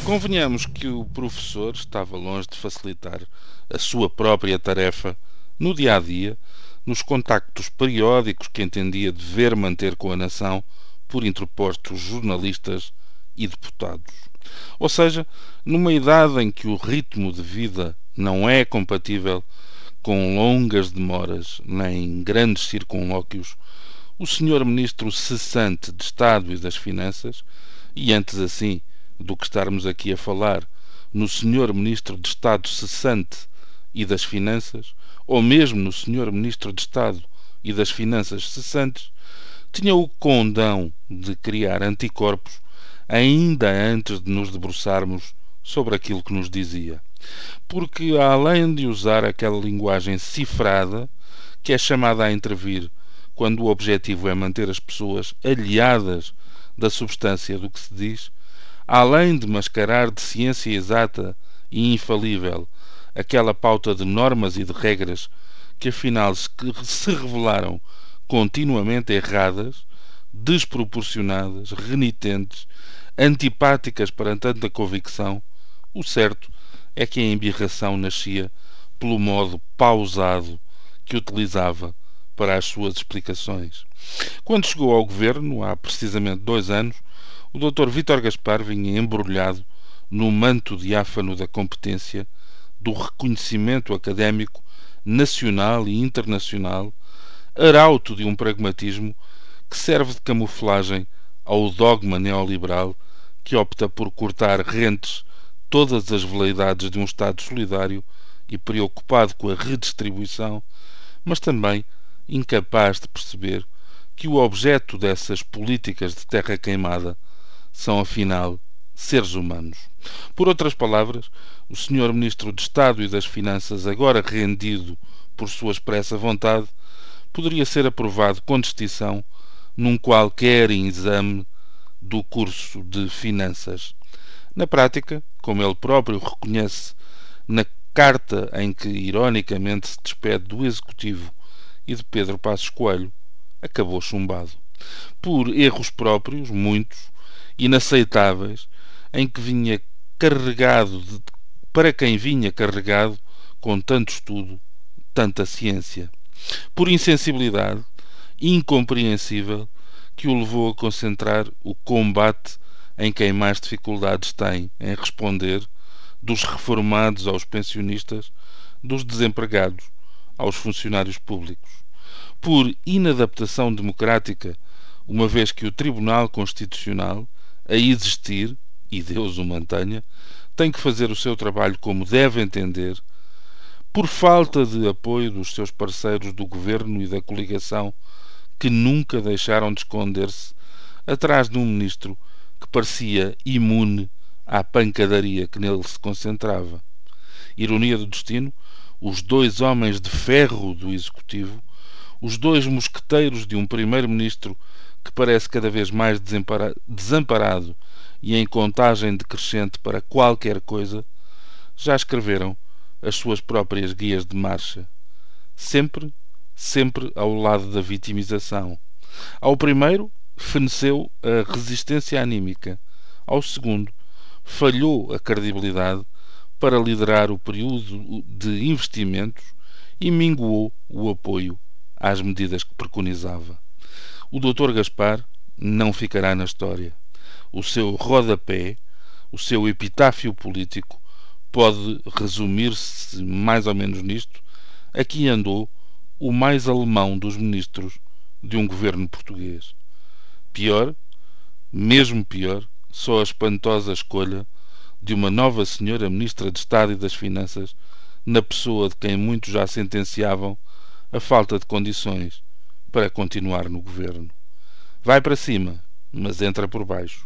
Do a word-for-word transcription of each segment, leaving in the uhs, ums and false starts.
Convenhamos que o professor estava longe de facilitar a sua própria tarefa no dia-a-dia, nos contactos periódicos que entendia dever manter com a nação por interpostos jornalistas e deputados. Ou seja, numa idade em que o ritmo de vida não é compatível com longas demoras nem grandes circunlóquios, o senhor Ministro cessante de Estado e das Finanças, e antes assim do que estarmos aqui a falar no senhor Ministro de Estado cessante e das Finanças, ou mesmo no senhor Ministro de Estado e das Finanças cessantes, tinha o condão de criar anticorpos ainda antes de nos debruçarmos sobre aquilo que nos dizia. Porque, além de usar aquela linguagem cifrada que é chamada a intervir quando o objetivo é manter as pessoas aliadas da substância do que se diz, além de mascarar de ciência exata e infalível aquela pauta de normas e de regras que afinal se revelaram continuamente erradas, desproporcionadas, renitentes, antipáticas para tanta convicção, o certo é que a embirração nascia pelo modo pausado que utilizava para as suas explicações. Quando chegou ao governo, há precisamente dois anos, o doutor Vítor Gaspar vinha embrulhado no manto diáfano da competência, do reconhecimento académico nacional e internacional, arauto de um pragmatismo que serve de camuflagem ao dogma neoliberal que opta por cortar rentes todas as veleidades de um Estado solidário e preocupado com a redistribuição, mas também incapaz de perceber que o objeto dessas políticas de terra queimada são, afinal, seres humanos. Por outras palavras, o senhor Ministro de Estado e das Finanças, agora rendido por sua expressa vontade, poderia ser aprovado com distinção num qualquer exame do curso de Finanças. Na prática, como ele próprio reconhece na carta em que ironicamente se despede do Executivo e de Pedro Passos Coelho, acabou chumbado. Por erros próprios, muitos, inaceitáveis, em que vinha carregado, de, para quem vinha carregado com tanto estudo, tanta ciência. Por insensibilidade incompreensível que o levou a concentrar o combate em quem mais dificuldades tem em responder, dos reformados aos pensionistas, dos desempregados aos funcionários públicos. Por inadaptação democrática, uma vez que o Tribunal Constitucional, a existir, e Deus o mantenha, tem que fazer o seu trabalho como deve entender, por falta de apoio dos seus parceiros do governo e da coligação, que nunca deixaram de esconder-se atrás de um ministro que parecia imune à pancadaria que nele se concentrava. Ironia do destino, os dois homens de ferro do Executivo, os dois mosqueteiros de um primeiro-ministro que parece cada vez mais desamparado e em contagem decrescente para qualquer coisa, já escreveram as suas próprias guias de marcha. Sempre, sempre ao lado da vitimização. Ao primeiro, feneceu a resistência anímica. Ao segundo, falhou a credibilidade para liderar o período de investimentos e minguou o apoio às medidas que preconizava. O doutor Gaspar não ficará na história. O seu rodapé, o seu epitáfio político, pode resumir-se mais ou menos nisto: aqui andou o mais alemão dos ministros de um governo português. Pior, mesmo pior, só a espantosa escolha de uma nova senhora Ministra de Estado e das Finanças, na pessoa de quem muitos já sentenciavam a falta de condições para continuar no governo. Vai para cima, mas entra por baixo.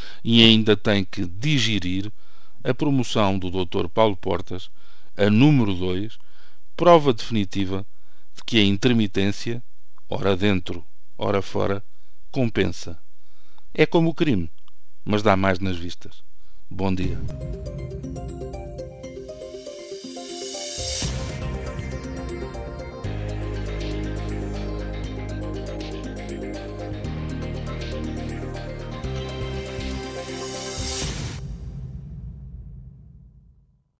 E ainda tem que digerir a promoção do doutor Paulo Portas a número dois, prova definitiva de que a intermitência, ora dentro, ora fora, compensa. É como o crime, mas dá mais nas vistas. Bom dia.